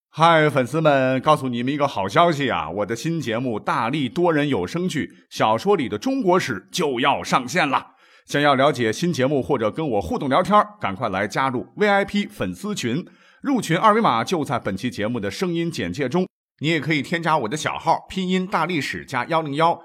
嗨，粉丝们，告诉你们一个好消息啊！我的新节目《大力多人有声剧小说里的中国史》就要上线了。想要了解新节目或者跟我互动聊天，赶快来加入 VIP 粉丝群，入群二维码就在本期节目的声音简介中。你也可以添加我的小号，拼音大历史加101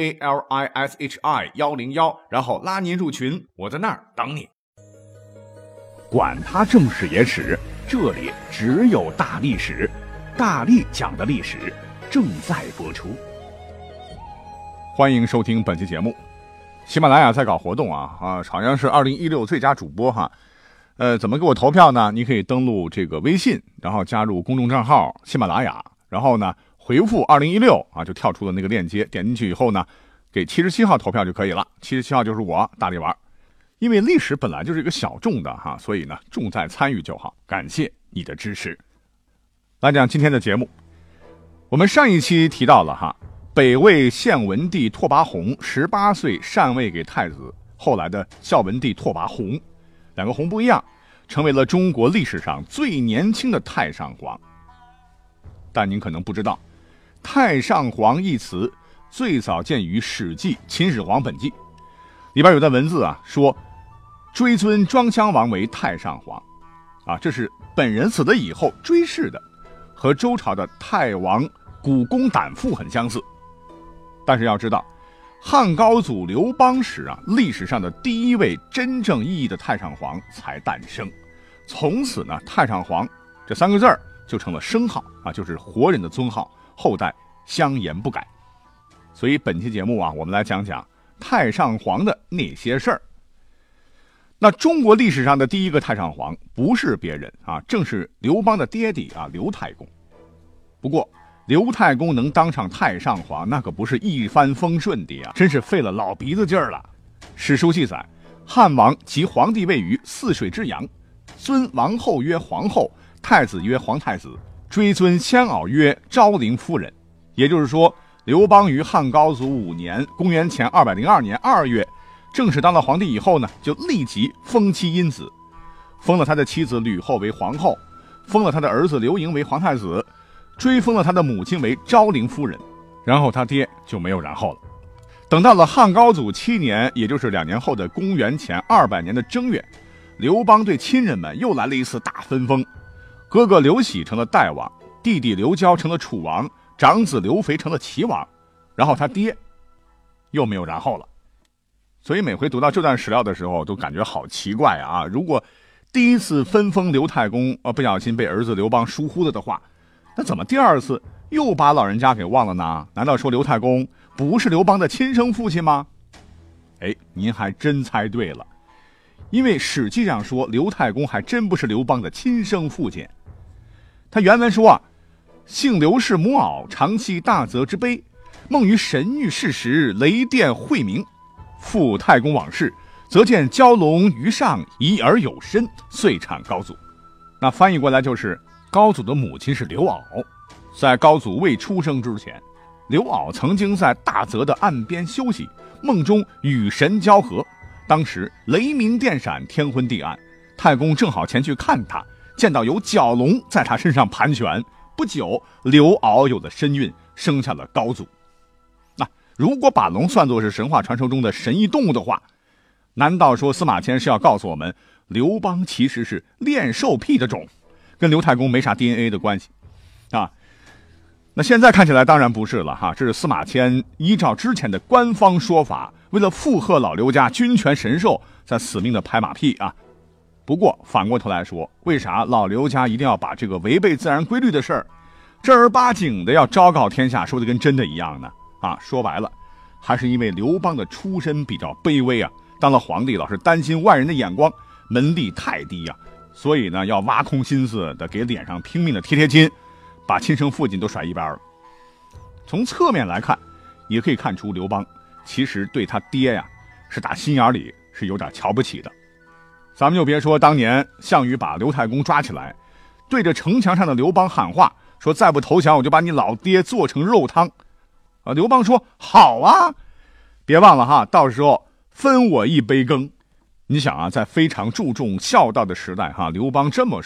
DALISHI 101，然后拉您入群，我在那儿等你。 管他正史野史，这里只有大历史，大力讲的历史正在播出。 欢迎收听本期节目。喜马拉雅在搞活动好像是2016最佳主播哈。怎么给我投票呢？你可以登录这个微信，然后加入公众账号喜马拉雅，然后呢回复2016就跳出了那个链接，点进去以后呢，给77号投票就可以了。77号就是我大力丸。因为历史本来就是一个小众的所以呢重在参与就好，感谢你的支持。来讲今天的节目，我们上一期提到了北魏献文帝拓跋宏18岁禅位给太子，后来的孝文帝拓跋宏，两个宏不一样，成为了中国历史上最年轻的太上皇。但您可能不知道，太上皇一词最早见于《史记·秦始皇本纪》，里边有段文字说追尊庄襄王为太上皇这是本人死了以后追谥的，和周朝的太王古公胆父很相似。但是要知道，汉高祖刘邦时历史上的第一位真正意义的太上皇才诞生，从此呢太上皇这3个字就成了称号就是活人的尊号，后代相沿不改。所以本期节目我们来讲讲太上皇的那些事儿。那中国历史上的第一个太上皇不是别人正是刘邦的爹地刘太公。不过刘太公能当上太上皇，那可不是一帆风顺的真是费了老鼻子劲儿了。史书记载，汉王即皇帝位于泗水之阳，尊王后曰皇后，太子曰皇太子，追尊先媪曰昭陵夫人。也就是说，刘邦于汉高祖5年，公元前202年2月，正式当了皇帝以后呢，就立即封妻荫子，封了他的妻子吕后为皇后，封了他的儿子刘盈为皇太子，追封了他的母亲为昭陵夫人，然后他爹就没有然后了。等到了汉高祖7年，也就是2年后的公元前200年的正月，刘邦对亲人们又来了一次大分封，哥哥刘喜成了代王，弟弟刘交成了楚王，长子刘肥成了齐王，然后他爹又没有然后了。所以每回读到这段史料的时候都感觉好奇怪如果第一次分封刘太公不小心被儿子刘邦疏忽了的话，那怎么第二次又把老人家给忘了呢？难道说刘太公不是刘邦的亲生父亲吗？您还真猜对了，因为史记上说刘太公还真不是刘邦的亲生父亲。他原文说姓刘氏母媪，常系大泽之碑，梦于神谕事时，雷电晦明。复太公往事，则见蛟龙于上，遗而有身，遂产高祖。那翻译过来就是高祖的母亲是刘媪。在高祖未出生之前，刘媪曾经在大泽的岸边休息，梦中与神交合，当时雷鸣电闪，天昏地暗，太公正好前去看他，见到有蛟龙在他身上盘旋，不久刘媪有了身孕，生下了高祖。如果把龙算作是神话传说中的神异动物的话，难道说司马迁是要告诉我们刘邦其实是恋兽癖的种，跟刘太公没啥 DNA 的关系那现在看起来当然不是了这是司马迁依照之前的官方说法，为了附和老刘家君权神授，在死命的拍马屁不过反过头来说，为啥老刘家一定要把这个违背自然规律的事儿正儿八经的要昭告天下，说的跟真的一样呢？说白了，还是因为刘邦的出身比较卑微当了皇帝老是担心外人的眼光，门第太低所以呢要挖空心思的给脸上拼命的贴金，把亲生父亲都甩一边了。从侧面来看，也可以看出刘邦其实对他爹是打心眼里是有点瞧不起的。咱们就别说当年项羽把刘太公抓起来，对着城墙上的刘邦喊话，说再不投降我就把你老爹做成肉汤刘邦说好别忘了到时候分我一杯羹。你想在非常注重孝道的时代刘邦这么说，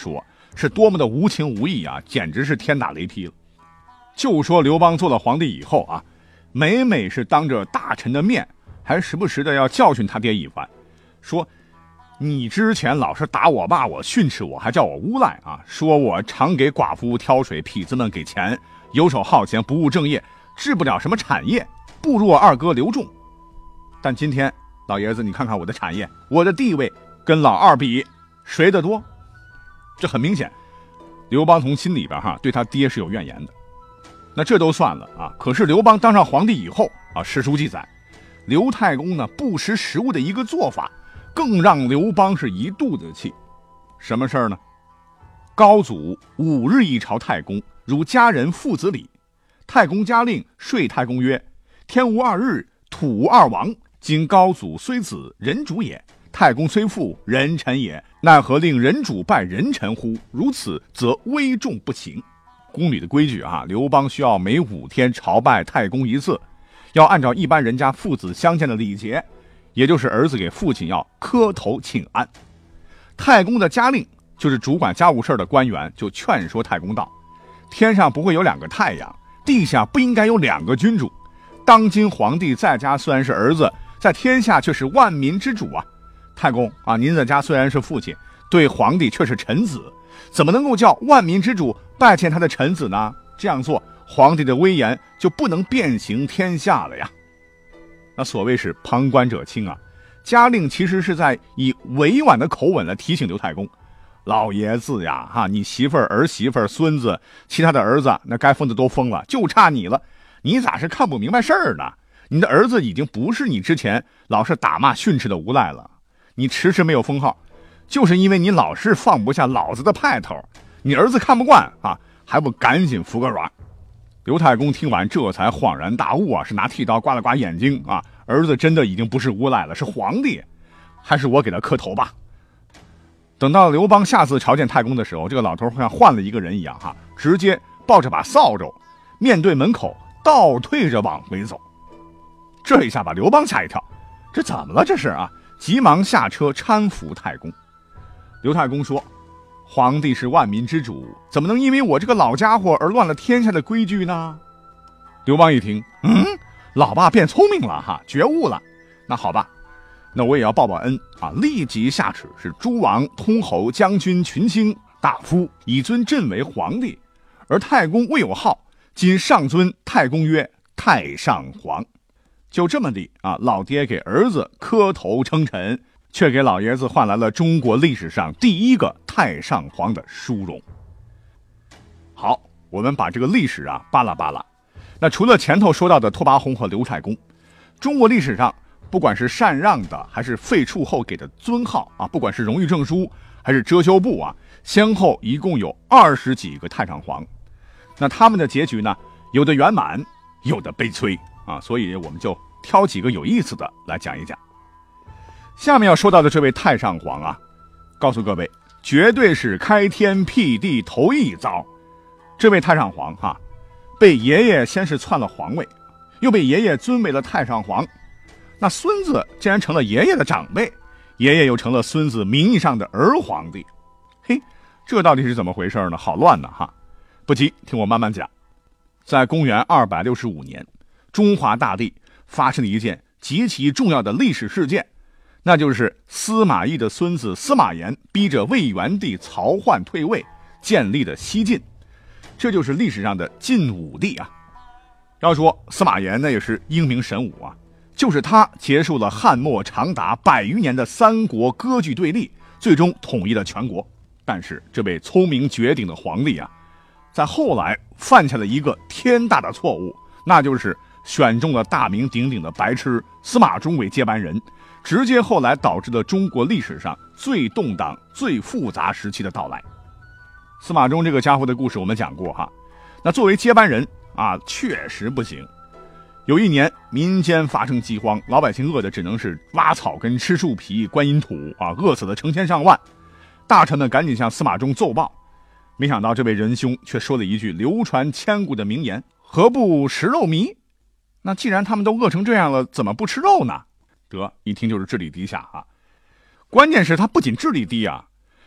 是多么的无情无义啊，简直是天打雷劈了。就说刘邦做了皇帝以后啊，每每是当着大臣的面，还时不时的要教训他爹一番，说你之前老是打我骂我训斥我，还叫我无赖啊，说我常给寡妇挑水，痞子们给钱，游手好闲，不务正业，治不了什么产业，不如我二哥刘仲。但今天老爷子你看看我的产业，我的地位跟老二比谁的多？这很明显刘邦从心里边对他爹是有怨言的。那这都算了啊，可是刘邦当上皇帝以后啊，史书记载刘太公呢不识时务的一个做法，更让刘邦是一肚子气。什么事儿呢？高祖5日一朝太公，如家人父子礼。太公家令说太公曰：天无2日，土无2王。今高祖虽子，人主也；太公虽父，人臣也。奈何令人主拜人臣乎？如此，则危重不行。宫里的规矩啊，刘邦需要每5天朝拜太公一次，要按照一般人家父子相见的礼节，也就是儿子给父亲要磕头请安。太公的家令，就是主管家务事的官员，就劝说太公道：天上不会有2个太阳，地下不应该有2个君主。当今皇帝在家虽然是儿子，在天下却是万民之主啊。太公啊，您在家虽然是父亲，对皇帝却是臣子，怎么能够叫万民之主拜见他的臣子呢？这样做，皇帝的威严就不能遍行天下了呀。那所谓是旁观者清啊，家令其实是在以委婉的口吻来提醒刘太公：老爷子呀，你媳妇儿、儿媳妇儿、孙子，其他的儿子那该疯的都疯了，就差你了，你咋是看不明白事儿呢？你的儿子已经不是你之前老是打骂训斥的无赖了，你迟迟没有封号，就是因为你老是放不下老子的派头，你儿子看不惯啊，还不赶紧服个软。刘太公听完这才恍然大悟啊，是拿剃刀刮了刮眼睛啊，儿子真的已经不是无赖了，是皇帝，还是我给他磕头吧。等到刘邦下次朝见太公的时候，这个老头像换了一个人一样直接抱着把扫帚，面对门口倒退着往回走。这一下把刘邦吓一跳，这怎么了这是啊？急忙下车搀扶太公。刘太公说：皇帝是万民之主，怎么能因为我这个老家伙而乱了天下的规矩呢？刘邦一听，老爸变聪明了觉悟了。那好吧，那我也要报报恩啊！立即下旨，是诸王、通侯、将军、群卿、大夫，以尊朕为皇帝。而太公未有号，今上尊太公曰太上皇。就这么地啊，老爹给儿子磕头称臣，却给老爷子换来了中国历史上第一个太上皇的殊荣。好，我们把这个历史扒拉扒拉。那除了前头说到的拓跋宏和刘太公，中国历史上不管是禅让的还是废黜后给的尊号不管是荣誉证书还是遮羞布先后一共有20几个太上皇。那他们的结局呢，有的圆满，有的悲催所以我们就挑几个有意思的来讲一讲。下面要说到的这位太上皇告诉各位，绝对是开天辟地头一遭。这位太上皇被爷爷先是篡了皇位，又被爷爷尊为了太上皇。那孙子竟然成了爷爷的长辈，爷爷又成了孙子名义上的儿皇帝。嘿，这到底是怎么回事呢？好乱呢不急，听我慢慢讲。在公元265年，中华大地发生了一件极其重要的历史事件，那就是司马懿的孙子司马炎逼着魏元帝曹奂退位，建立的西晋，这就是历史上的晋武帝要说司马炎那也是英明神武就是他结束了汉末长达100余年的三国割据对立，最终统一了全国。但是这位聪明绝顶的皇帝在后来犯下了一个天大的错误，那就是选中了大名鼎鼎的白痴司马衷为接班人，直接后来导致了中国历史上最动荡最复杂时期的到来。司马衷这个家伙的故事我们讲过那作为接班人确实不行。有一年民间发生饥荒，老百姓饿的只能是挖草根吃树皮观阴土饿死了成千上万。大臣们赶紧向司马衷奏报，没想到这位仁兄却说了一句流传千古的名言：何不食肉糜？那既然他们都饿成这样了，怎么不吃肉呢？得，一听就是智力低下关键是他不仅智力低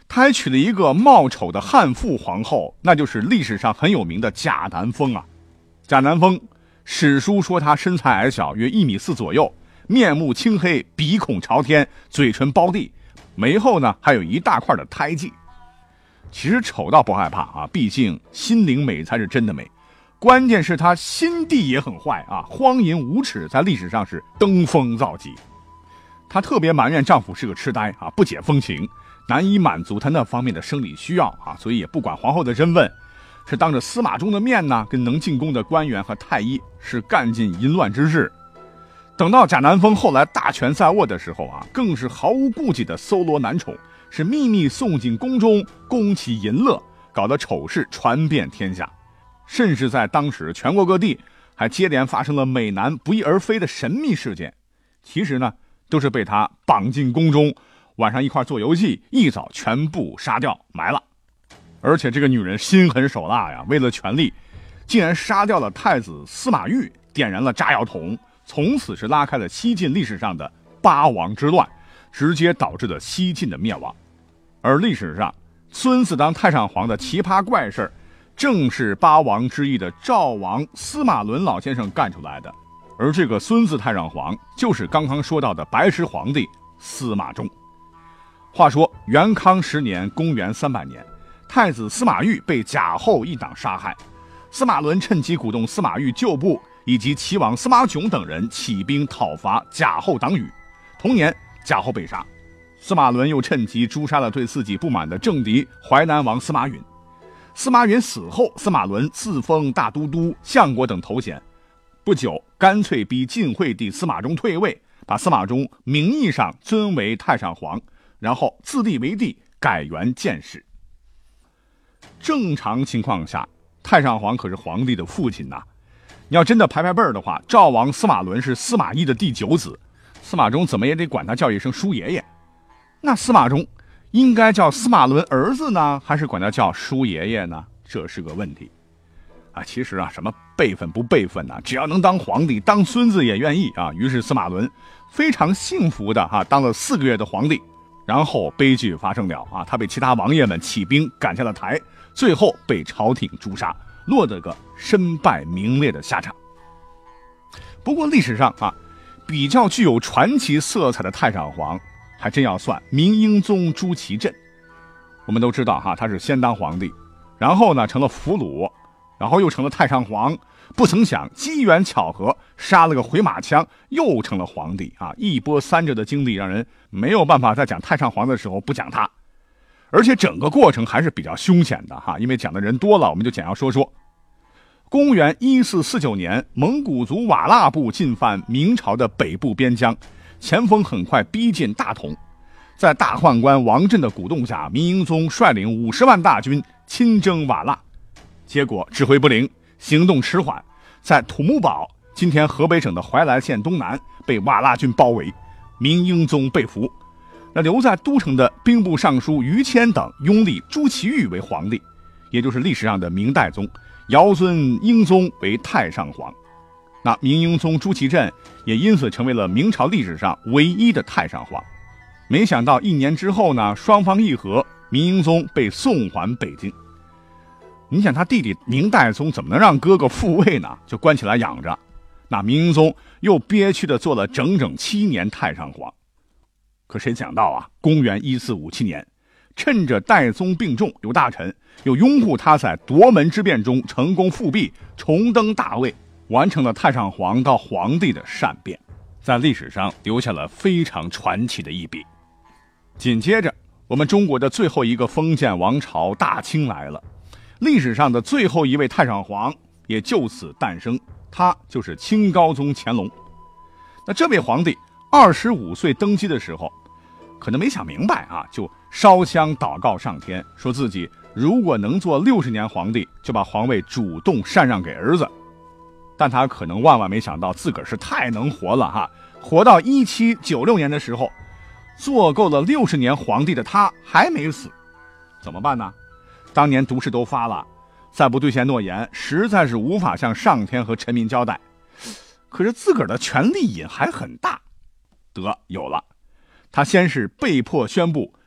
他还娶了一个貌丑的悍妇皇后，那就是历史上很有名的贾南风啊。贾南风，史书说他身材矮小，约1.4米左右，面目青黑，鼻孔朝天，嘴唇包地，眉后呢还有一大块的胎记。其实丑倒不害怕啊，毕竟心灵美才是真的美。关键是他心地也很坏啊，荒淫无耻，在历史上是登峰造极。她特别埋怨丈夫是个痴呆啊，不解风情，难以满足她那方面的生理需要啊，所以也不管皇后的身份，是当着司马衷的面呢，跟能进宫的官员和太医是干尽淫乱之事。等到贾南风后来大权在握的时候啊，更是毫无顾忌的搜罗男宠，是秘密送进宫中，供其淫乐，搞得丑事传遍天下。甚至在当时全国各地还接连发生了美男不翼而飞的神秘事件，其实呢都是被他绑进宫中，晚上一块做游戏，一早全部杀掉埋了。而且这个女人心狠手辣呀，为了权力竟然杀掉了太子司马懿，点燃了炸药桶，从此是拉开了西晋历史上的八王之乱，直接导致了西晋的灭亡。而历史上孙子当太上皇的奇葩怪事，正是八王之一的赵王司马伦老先生干出来的。而这个孙子太上皇就是刚刚说到的白石皇帝司马衷。话说元康10年，公元300年，太子司马懿被贾后一党杀害，司马伦趁机鼓动司马懿旧部以及齐王司马囧等人起兵讨伐贾后党羽。同年，贾后被杀，司马伦又趁机诛杀了对自己不满的政敌淮南王司马允。司马允死后，司马伦自封大都督、相国等头衔，不久干脆逼晋惠帝司马衷退位，把司马衷名义上尊为太上皇，然后自立为帝，改元建始。正常情况下，太上皇可是皇帝的父亲呐。你要真的排辈儿的话，赵王司马伦是司马懿的第9子，司马衷怎么也得管他叫一声叔爷爷。那司马衷应该叫司马伦儿子呢，还是管他叫叔爷爷呢？这是个问题啊。其实啊，什么辈分不辈分呢，只要能当皇帝，当孙子也愿意啊。于是司马伦非常幸福的当了4个月的皇帝。然后悲剧发生了啊，他被其他王爷们起兵赶下了台，最后被朝廷诛杀，落得个身败名裂的下场。不过历史上比较具有传奇色彩的太上皇，还真要算明英宗朱祁镇。我们都知道他是先当皇帝，然后呢成了俘虏，然后又成了太上皇，不曾想机缘巧合杀了个回马枪，又成了皇帝一波三折的经历让人没有办法在讲太上皇的时候不讲他。而且整个过程还是比较凶险的因为讲的人多了，我们就简要说说。公元1449年，蒙古族瓦剌部进犯明朝的北部边疆，前锋很快逼近大同。在大宦官王振的鼓动下，明英宗率领50万大军亲征瓦剌，结果指挥不灵，行动迟缓，在土木堡（今天河北省的怀来县东南）被瓦剌军包围，明英宗被俘。那留在都城的兵部尚书于谦等拥立朱祁钰为皇帝，也就是历史上的明代宗，遥尊英宗为太上皇。那明英宗朱祁镇也因此成为了明朝历史上唯一的太上皇。没想到1年之后呢，双方议和，明英宗被送还北京。你想他弟弟明代宗怎么能让哥哥复位呢？就关起来养着。那明英宗又憋屈地做了整整7年太上皇。可谁想到公元1457年，趁着代宗病重，有大臣又拥护他在夺门之变中成功复辟，重登大位，完成了太上皇到皇帝的善变，在历史上留下了非常传奇的一笔。紧接着，我们中国的最后一个封建王朝大清来了，历史上的最后一位太上皇也就此诞生，他就是清高宗乾隆。那这位皇帝25岁登基的时候，可能没想明白就烧香祷告上天，说自己如果能做60年皇帝，就把皇位主动禅让给儿子。但他可能万万没想到，自个儿是太能活了活到1796年的时候，做够了60年皇帝的他还没死，怎么办呢？当年毒誓都发了，再不兑现诺言，实在是无法向上天和臣民交代。可是自个儿的权力瘾还很大，有了。他先是被迫宣布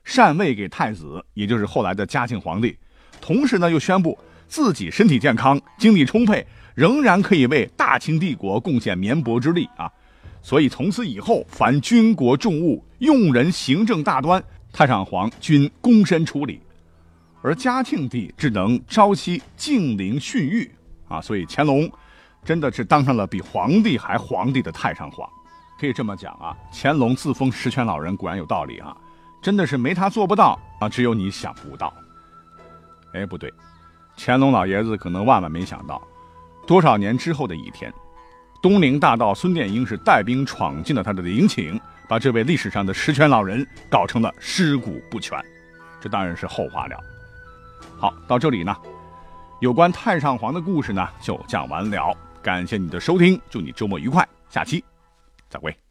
禅位给太子，也就是后来的嘉庆皇帝，同时呢又宣布自己身体健康，精力充沛，仍然可以为大清帝国贡献绵薄之力啊。所以从此以后，凡军国重务、用人行政大端，太上皇均躬身处理，而嘉庆帝只能朝夕静陵训谕啊。所以乾隆真的是当上了比皇帝还皇帝的太上皇。可以这么讲啊，乾隆自封十全老人果然有道理啊，真的是没他做不到啊，只有你想不到。哎，不对，乾隆老爷子可能万万没想到，多少年之后的一天，东陵大盗孙殿英是带兵闯进了他的陵寝，把这位历史上的十全老人搞成了尸骨不全，这当然是后话了。好，到这里呢，有关太上皇的故事呢就讲完了，感谢你的收听，祝你周末愉快，下期再会。